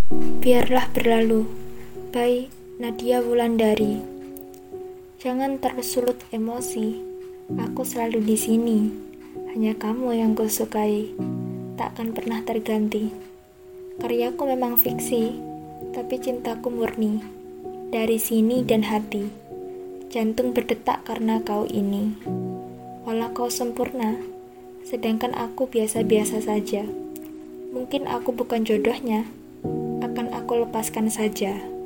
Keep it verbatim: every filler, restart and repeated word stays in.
Biarlah berlalu, by Nadia Wulandari. Jangan tersulut emosi, aku selalu di sini. Hanya kamu yang kusukai, takkan pernah terganti. Karyaku memang fiksi, tapi cintaku murni. Dari sini dan hati, jantung berdetak karena kau ini. Walau kau sempurna, sedangkan aku biasa-biasa saja. Mungkin aku bukan jodohnya, akan aku lepaskan saja.